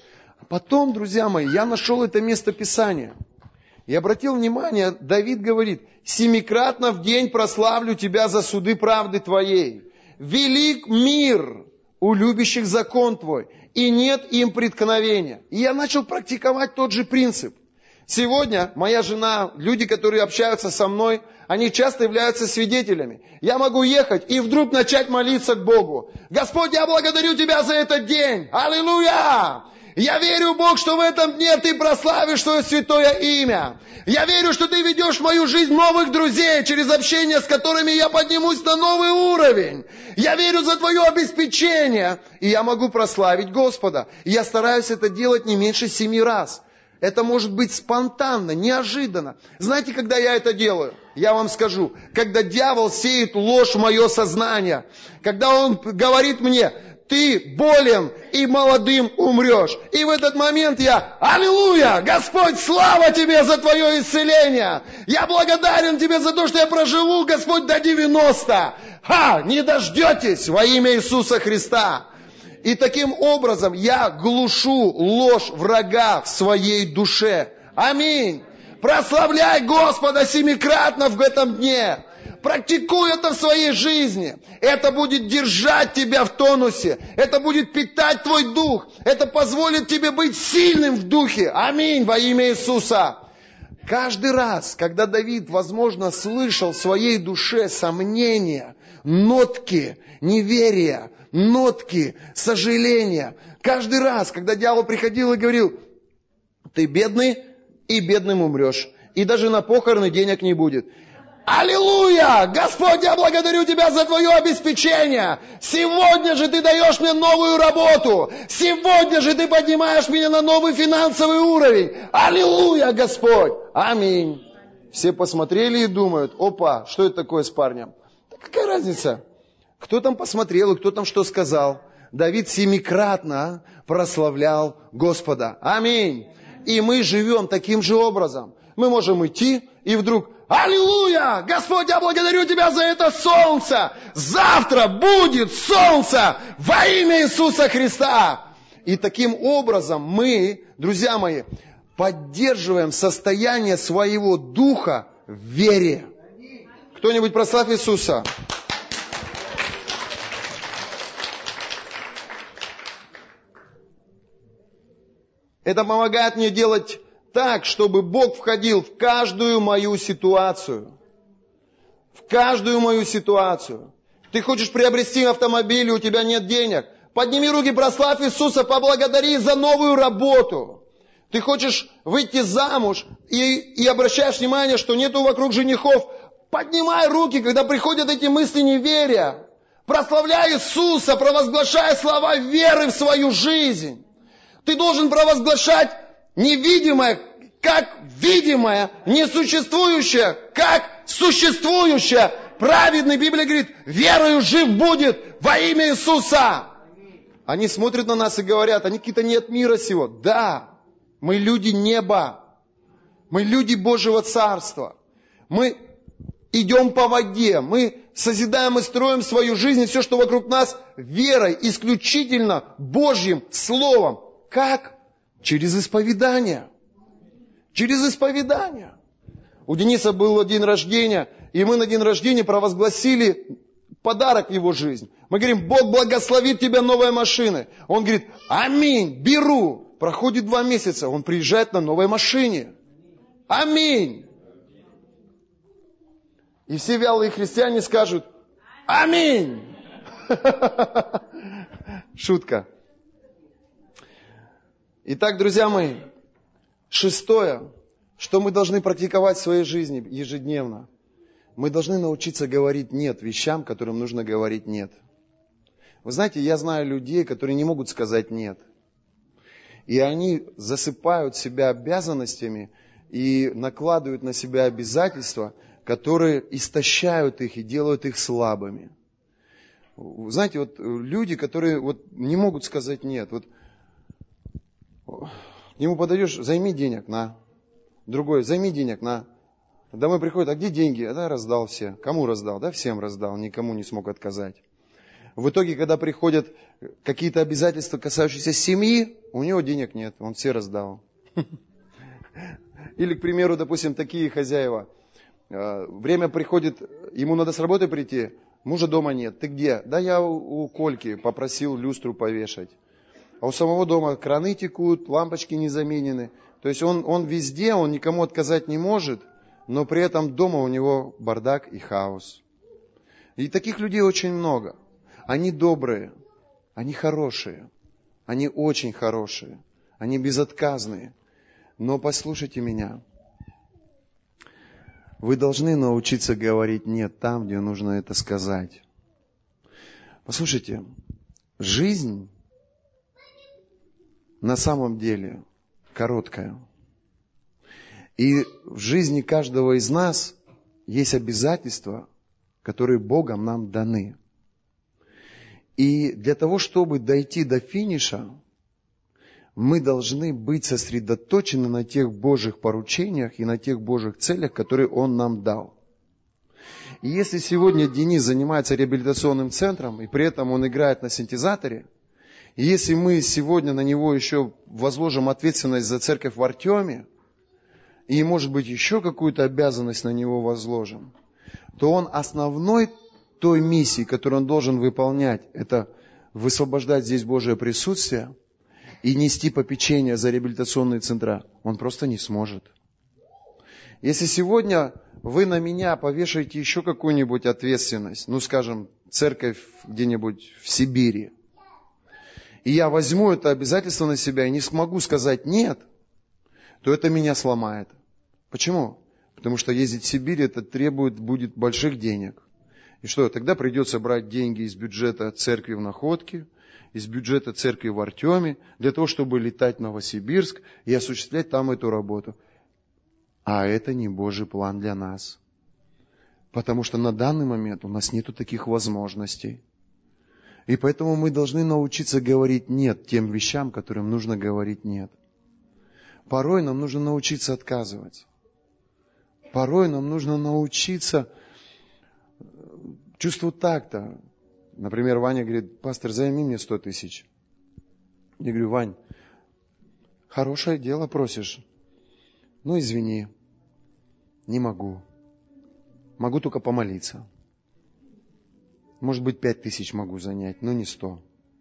Потом, друзья мои, я нашел это место Писания. И обратил внимание, Давид говорит, «Семикратно в день прославлю Тебя за суды правды Твоей. Велик мир у любящих закон Твой, и нет им преткновения». И я начал практиковать тот же принцип. Сегодня моя жена, люди, которые общаются со мной, они часто являются свидетелями. Я могу ехать и вдруг начать молиться к Богу. Господь, я благодарю Тебя за этот день. Аллилуйя! Я верю, Бог, что в этом дне Ты прославишь Твое святое имя. Я верю, что Ты ведешь в мою жизнь новых друзей, через общение с которыми я поднимусь на новый уровень. Я верю за Твое обеспечение. И я могу прославить Господа. И я стараюсь это делать не меньше семи раз. Это может быть спонтанно, неожиданно. Знаете, когда я это делаю? Я вам скажу. Когда дьявол сеет ложь в мое сознание. Когда он говорит мне, ты болен и молодым умрешь. И в этот момент я, аллилуйя, Господь, слава Тебе за Твое исцеление. Я благодарен Тебе за то, что я проживу, Господь, до девяноста. Ха, не дождетесь во имя Иисуса Христа. И таким образом я глушу ложь врага в своей душе. Аминь. Прославляй Господа семикратно в этом дне. Практикуй это в своей жизни. Это будет держать тебя в тонусе. Это будет питать твой дух. Это позволит тебе быть сильным в духе. Аминь во имя Иисуса. Каждый раз, когда Давид, возможно, слышал в своей душе сомнения, нотки неверия, нотки сожаления, каждый раз, когда дьявол приходил и говорил: ты бедный, и бедным умрешь, и даже на похороны денег не будет. Аллилуйя! Господь, я благодарю Тебя за Твое обеспечение. Сегодня же Ты даешь мне новую работу. Сегодня же Ты поднимаешь меня на новый финансовый уровень. Аллилуйя, Господь! Аминь. Все посмотрели и думают: опа, что это такое с парнем? Да какая разница? Кто там посмотрел и кто там что сказал? Давид семикратно прославлял Господа. Аминь. И мы живем таким же образом. Мы можем идти и вдруг: аллилуйя! Господь, я благодарю Тебя за это солнце! Завтра будет солнце во имя Иисуса Христа! И таким образом мы, друзья мои, поддерживаем состояние своего духа в вере. Кто-нибудь прославь Иисуса! Это помогает мне делать так, чтобы Бог входил в каждую мою ситуацию. В каждую мою ситуацию. Ты хочешь приобрести автомобиль, и у тебя нет денег. Подними руки, прославь Иисуса, поблагодари за новую работу. Ты хочешь выйти замуж и, и обращаешь внимание, что нету вокруг женихов. Поднимай руки, когда приходят эти мысли неверия. Прославляй Иисуса, провозглашай слова веры в свою жизнь. Ты должен провозглашать невидимое, как видимое, несуществующее, как существующее. Праведный, Библия говорит, верою жив будет во имя Иисуса. Они смотрят на нас и говорят: они какие-то не от мира сего. Да, мы люди неба. Мы люди Божьего Царства. Мы идем по воде. Мы созидаем и строим свою жизнь, и все, что вокруг нас, верой, исключительно Божьим Словом. Как? Через исповедание. Через исповедание. У Дениса был день рождения, и мы на день рождения провозгласили подарок в его жизнь. Мы говорим: Бог благословит тебя новой машиной. Он говорит: аминь, беру. Проходит два месяца, он приезжает на новой машине. Аминь. И все вялые христиане скажут: аминь. Шутка. Итак, друзья мои, шестое, что мы должны практиковать в своей жизни ежедневно. Мы должны научиться говорить «нет» вещам, которым нужно говорить «нет». Вы знаете, я знаю людей, которые не могут сказать «нет». И они засыпают себя обязанностями и накладывают на себя обязательства, которые истощают их и делают их слабыми. Вы знаете, вот люди, которые вот не могут сказать «нет». Вот ему подаешь: займи денег, на. Другой: займи денег, на. Домой приходит: а где деньги? А да, раздал все. Кому раздал? Да, всем раздал, никому не смог отказать. В итоге, когда приходят какие-то обязательства, касающиеся семьи, у него денег нет, он все раздал. Или, к примеру, допустим, такие хозяева. Время приходит, ему надо с работы прийти, мужа дома нет. Ты где? Да я у Кольки попросил люстру повешать. А у самого дома краны текут, лампочки не заменены. То есть он, он везде, он никому отказать не может, но при этом дома у него бардак и хаос. И таких людей очень много. Они добрые, они хорошие, они очень хорошие, они безотказные. Но послушайте меня. Вы должны научиться говорить «нет» там, где нужно это сказать. Послушайте, жизнь на самом деле короткая. И в жизни каждого из нас есть обязательства, которые Богом нам даны. И для того, чтобы дойти до финиша, мы должны быть сосредоточены на тех Божьих поручениях и на тех Божьих целях, которые Он нам дал. И если сегодня Денис занимается реабилитационным центром, и при этом он играет на синтезаторе, и если мы сегодня на него еще возложим ответственность за церковь в Артеме, и, может быть, еще какую-то обязанность на него возложим, то он основной той миссии, которую он должен выполнять, это высвобождать здесь Божие присутствие и нести попечение за реабилитационные центра, он просто не сможет. Если сегодня вы на меня повешаете еще какую-нибудь ответственность, ну, скажем, церковь где-нибудь в Сибири, и я возьму это обязательство на себя и не смогу сказать «нет», то это меня сломает. Почему? Потому что ездить в Сибирь это требует будет больших денег. И что, тогда придется брать деньги из бюджета церкви в Находке, из бюджета церкви в Артеме, для того, чтобы летать в Новосибирск и осуществлять там эту работу. А это не Божий план для нас. Потому что на данный момент у нас нету таких возможностей. И поэтому мы должны научиться говорить «нет» тем вещам, которым нужно говорить «нет». Порой нам нужно научиться отказывать. Порой нам нужно научиться чувству такта. Например, Ваня говорит: пастор, займи мне сто тысяч. Я говорю: Вань, хорошее дело просишь. Ну, извини, не могу. Могу только помолиться. Может быть, пять тысяч могу занять, но не сто.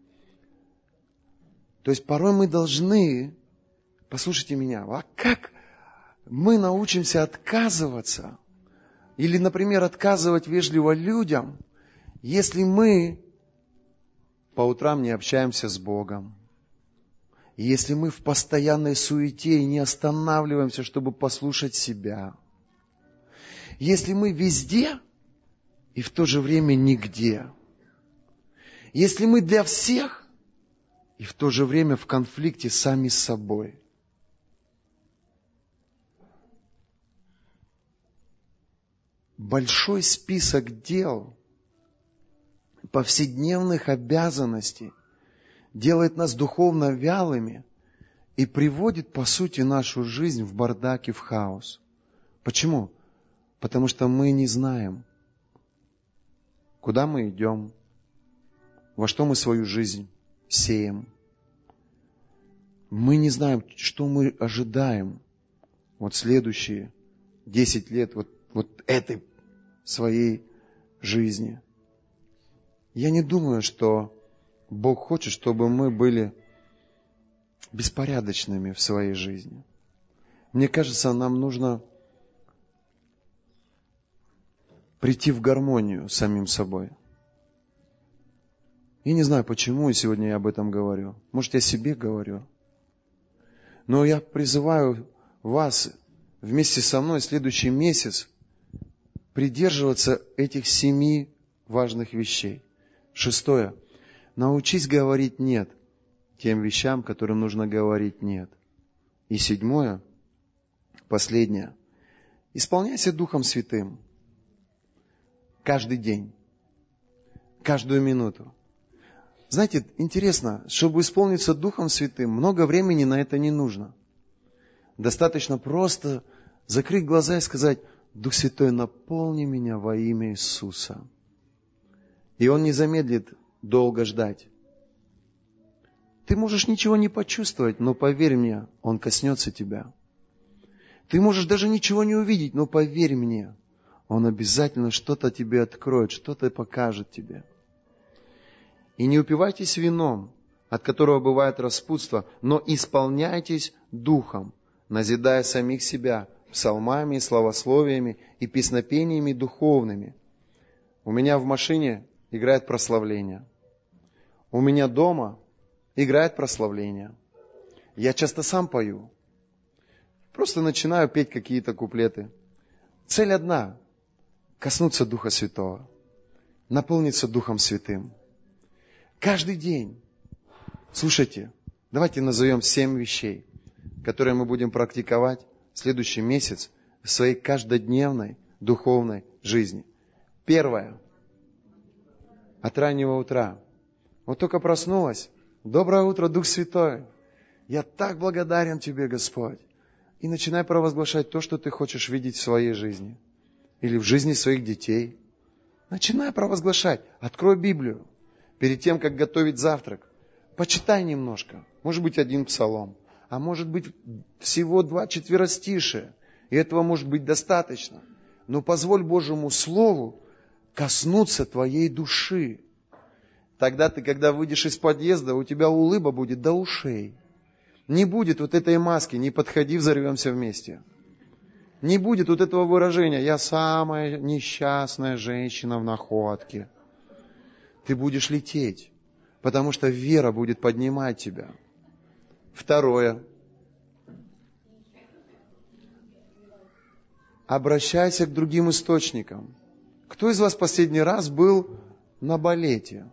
То есть порой мы должны, послушайте меня, а как мы научимся отказываться, или, например, отказывать вежливо людям, если мы по утрам не общаемся с Богом, если мы в постоянной суете и не останавливаемся, чтобы послушать себя, если мы везде и в то же время нигде, если мы для всех и в то же время в конфликте сами с собой. Большой список дел, повседневных обязанностей делает нас духовно вялыми и приводит, по сути, нашу жизнь в бардак и в хаос. Почему? Потому что мы не знаем, куда мы идем, во что мы свою жизнь сеем. Мы не знаем, что мы ожидаем вот следующие десять лет вот, вот этой своей жизни. Я не думаю, что Бог хочет, чтобы мы были беспорядочными в своей жизни. Мне кажется, нам нужно прийти в гармонию с самим собой. Я не знаю, почему сегодня я об этом говорю. Может, я себе говорю. Но я призываю вас вместе со мной следующий месяц придерживаться этих семи важных вещей. Шестое. Научись говорить «нет» тем вещам, которым нужно говорить «нет». И седьмое, последнее. Исполняйся Духом Святым. Каждый день. Каждую минуту. Знаете, интересно, чтобы исполниться Духом Святым, много времени на это не нужно. Достаточно просто закрыть глаза и сказать: Дух Святой, наполни меня во имя Иисуса. И Он не замедлит долго ждать. Ты можешь ничего не почувствовать, но поверь мне, Он коснется тебя. Ты можешь даже ничего не увидеть, но поверь мне, Он обязательно что-то тебе откроет, что-то покажет тебе. И не упивайтесь вином, от которого бывает распутство, но исполняйтесь Духом, назидая самих себя псалмами, славословиями и песнопениями духовными. У меня в машине играет прославление. У меня дома играет прославление. Я часто сам пою. Просто начинаю петь какие-то куплеты. Цель одна – коснуться Духа Святого, наполниться Духом Святым. Каждый день. Слушайте, давайте назовем семь вещей, которые мы будем практиковать в следующий месяц в своей каждодневной духовной жизни. Первое. От раннего утра. Вот только проснулась. Доброе утро, Дух Святой. Я так благодарен Тебе, Господь. И начинай провозглашать то, что ты хочешь видеть в своей жизни. Или в жизни своих детей. Начинай провозглашать. Открой Библию. Перед тем, как готовить завтрак. Почитай немножко. Может быть, один псалом. А может быть, всего два четверостишия. И этого может быть достаточно. Но позволь Божьему Слову коснуться твоей души. Тогда ты, когда выйдешь из подъезда, у тебя улыба будет до ушей. Не будет вот этой маски, не подходи, взорвемся вместе. Не будет вот этого выражения: я самая несчастная женщина в находке. Ты будешь лететь, потому что вера будет поднимать тебя. Второе. Обращайся к другим источникам. Кто из вас последний раз был на балете?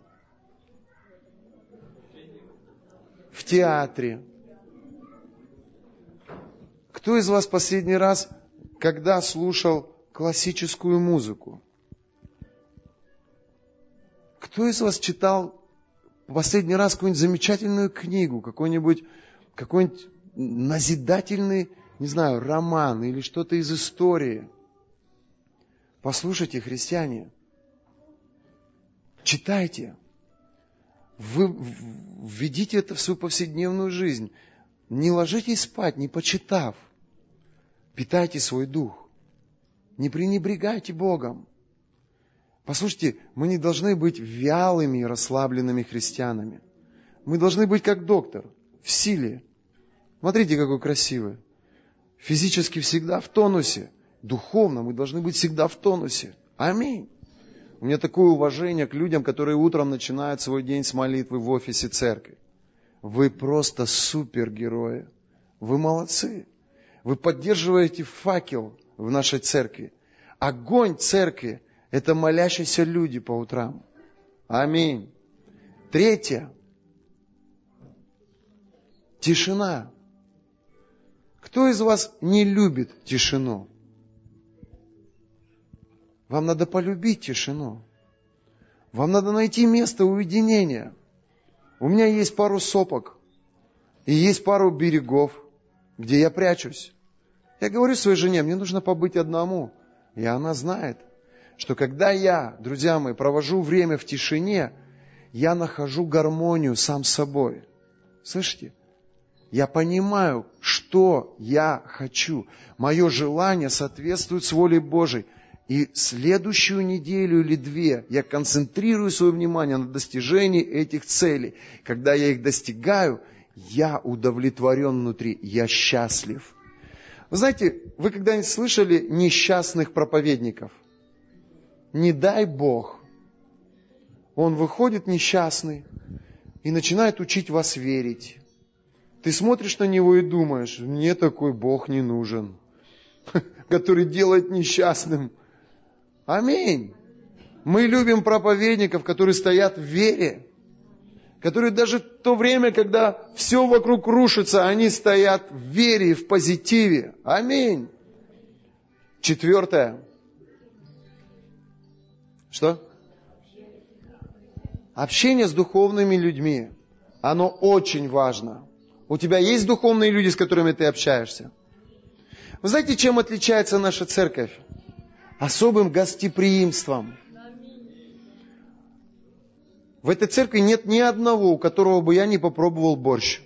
В театре? Кто из вас последний раз, когда слушал классическую музыку? Кто из вас читал последний раз какую-нибудь замечательную книгу, какой-нибудь, какой-нибудь назидательный, не знаю, роман или что-то из истории? Послушайте, христиане, читайте, вы введите это в свою повседневную жизнь. Не ложитесь спать, не почитав. Питайте свой дух. Не пренебрегайте Богом. Послушайте, мы не должны быть вялыми и расслабленными христианами. Мы должны быть как доктор, в силе. Смотрите, какой красивый. Физически всегда в тонусе. Духовно мы должны быть всегда в тонусе. Аминь. У меня такое уважение к людям, которые утром начинают свой день с молитвы в офисе церкви. Вы просто супергерои. Вы молодцы. Вы поддерживаете факел в нашей церкви. Огонь церкви – это молящиеся люди по утрам. Аминь. Третье. Тишина. Кто из вас не любит тишину? Вам надо полюбить тишину. Вам надо найти место уединения. У меня есть пару сопок и есть пару берегов, где я прячусь. Я говорю своей жене, мне нужно побыть одному. И она знает, что когда я, друзья мои, провожу время в тишине, я нахожу гармонию сам с собой. Слышите? Я понимаю, что я хочу. Мое желание соответствует с волей Божией. И следующую неделю или две я концентрирую свое внимание на достижении этих целей. Когда я их достигаю, я удовлетворен внутри, я счастлив. Вы знаете, вы когда-нибудь слышали несчастных проповедников? Не дай Бог. Он выходит несчастный и начинает учить вас верить. Ты смотришь на него и думаешь, мне такой Бог не нужен, который делает несчастным. Аминь. Мы любим проповедников, которые стоят в вере, которые даже в то время, когда все вокруг рушится, они стоят в вере и в позитиве. Аминь. Четвертое. Что? Общение с духовными людьми. Оно очень важно. У тебя есть духовные люди, с которыми ты общаешься? Вы знаете, чем отличается наша церковь? Особым гостеприимством. В этой церкви нет ни одного, у которого бы я не попробовал борщ.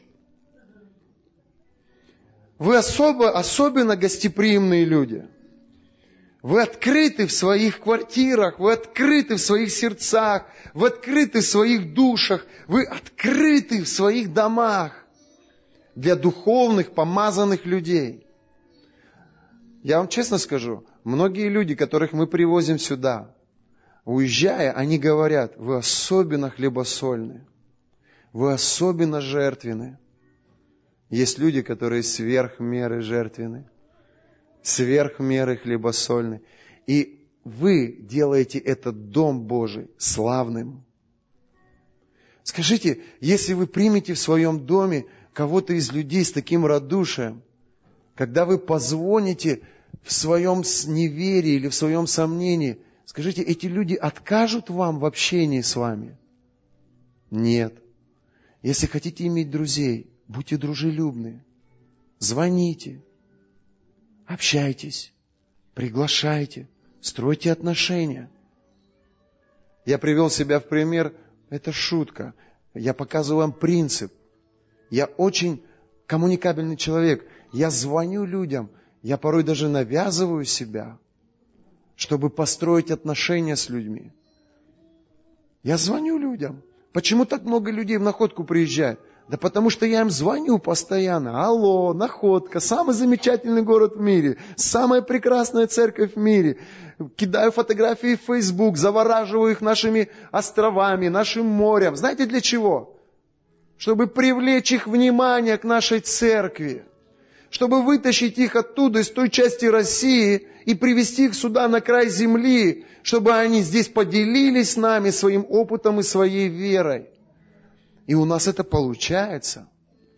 Вы особо, особенно гостеприимные люди. Вы открыты в своих квартирах, вы открыты в своих сердцах, вы открыты в своих душах, вы открыты в своих домах для духовных, помазанных людей. Я вам честно скажу, многие люди, которых мы привозим сюда, уезжая, они говорят, вы особенно хлебосольны, вы особенно жертвенны. Есть люди, которые сверх меры жертвенны, сверх меры хлебосольны. И вы делаете этот Дом Божий славным. Скажите, если вы примете в своем доме кого-то из людей с таким радушием, когда вы позвоните в своем неверии или в своем сомнении, скажите, эти люди откажут вам в общении с вами? Нет. Если хотите иметь друзей, будьте дружелюбны. Звоните, общайтесь, приглашайте, стройте отношения. Я привел себя в пример, это шутка. Я показываю вам принцип. Я очень коммуникабельный человек. Я звоню людям, я порой даже навязываю себя, чтобы построить отношения с людьми. Я звоню людям. Почему так много людей в находку приезжает? Да потому что я им звоню постоянно. Алло, Находка, самый замечательный город в мире, самая прекрасная церковь в мире. Кидаю фотографии в Facebook, завораживаю их нашими островами, нашим морем. Знаете для чего? Чтобы привлечь их внимание к нашей церкви. Чтобы вытащить их оттуда, из той части России, и привести их сюда, на край земли, чтобы они здесь поделились с нами своим опытом и своей верой. И у нас это получается.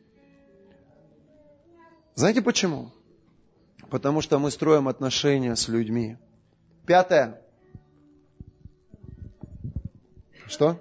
Знаете почему? Потому что мы строим отношения с людьми. Пятое. Что?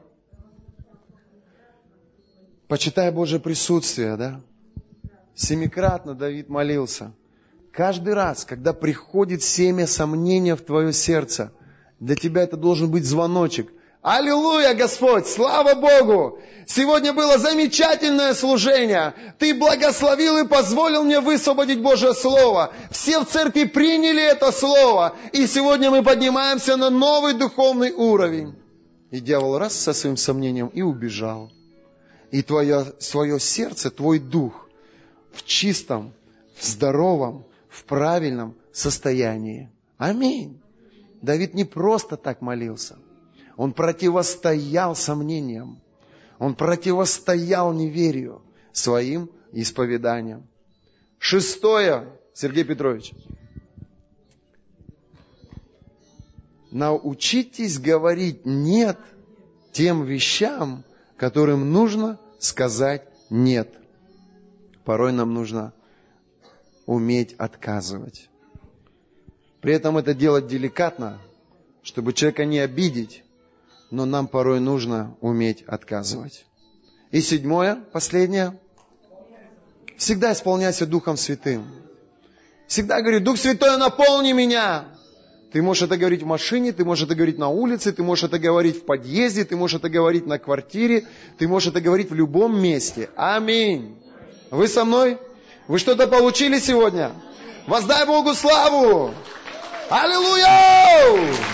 Почитай Божье присутствие, да? Семикратно Давид молился. Каждый раз, когда приходит семя сомнения в твое сердце, для тебя это должен быть звоночек. Аллилуйя, Господь! Слава Богу! Сегодня было замечательное служение. Ты благословил и позволил мне высвободить Божье Слово. Все в церкви приняли это Слово. И сегодня мы поднимаемся на новый духовный уровень. И дьявол раз со своим сомнением и убежал. И твое, свое сердце, твой дух в чистом, в здоровом, в правильном состоянии. Аминь. Давид не просто так молился. Он противостоял сомнениям. Он противостоял неверию своим исповеданием. Шестое, Сергей Петрович. Научитесь говорить «нет» тем вещам, которым нужно сказать «нет». Порой нам нужно уметь отказывать. При этом это делать деликатно, чтобы человека не обидеть, но нам порой нужно уметь отказывать. И седьмое, последнее. Всегда исполняйся Духом Святым. Всегда говори: Дух Святой, наполни меня. Ты можешь это говорить в машине, ты можешь это говорить на улице, ты можешь это говорить в подъезде, ты можешь это говорить на квартире, ты можешь это говорить в любом месте. Аминь. Вы со мной? Вы что-то получили сегодня? Воздай Богу славу! Аллилуйя!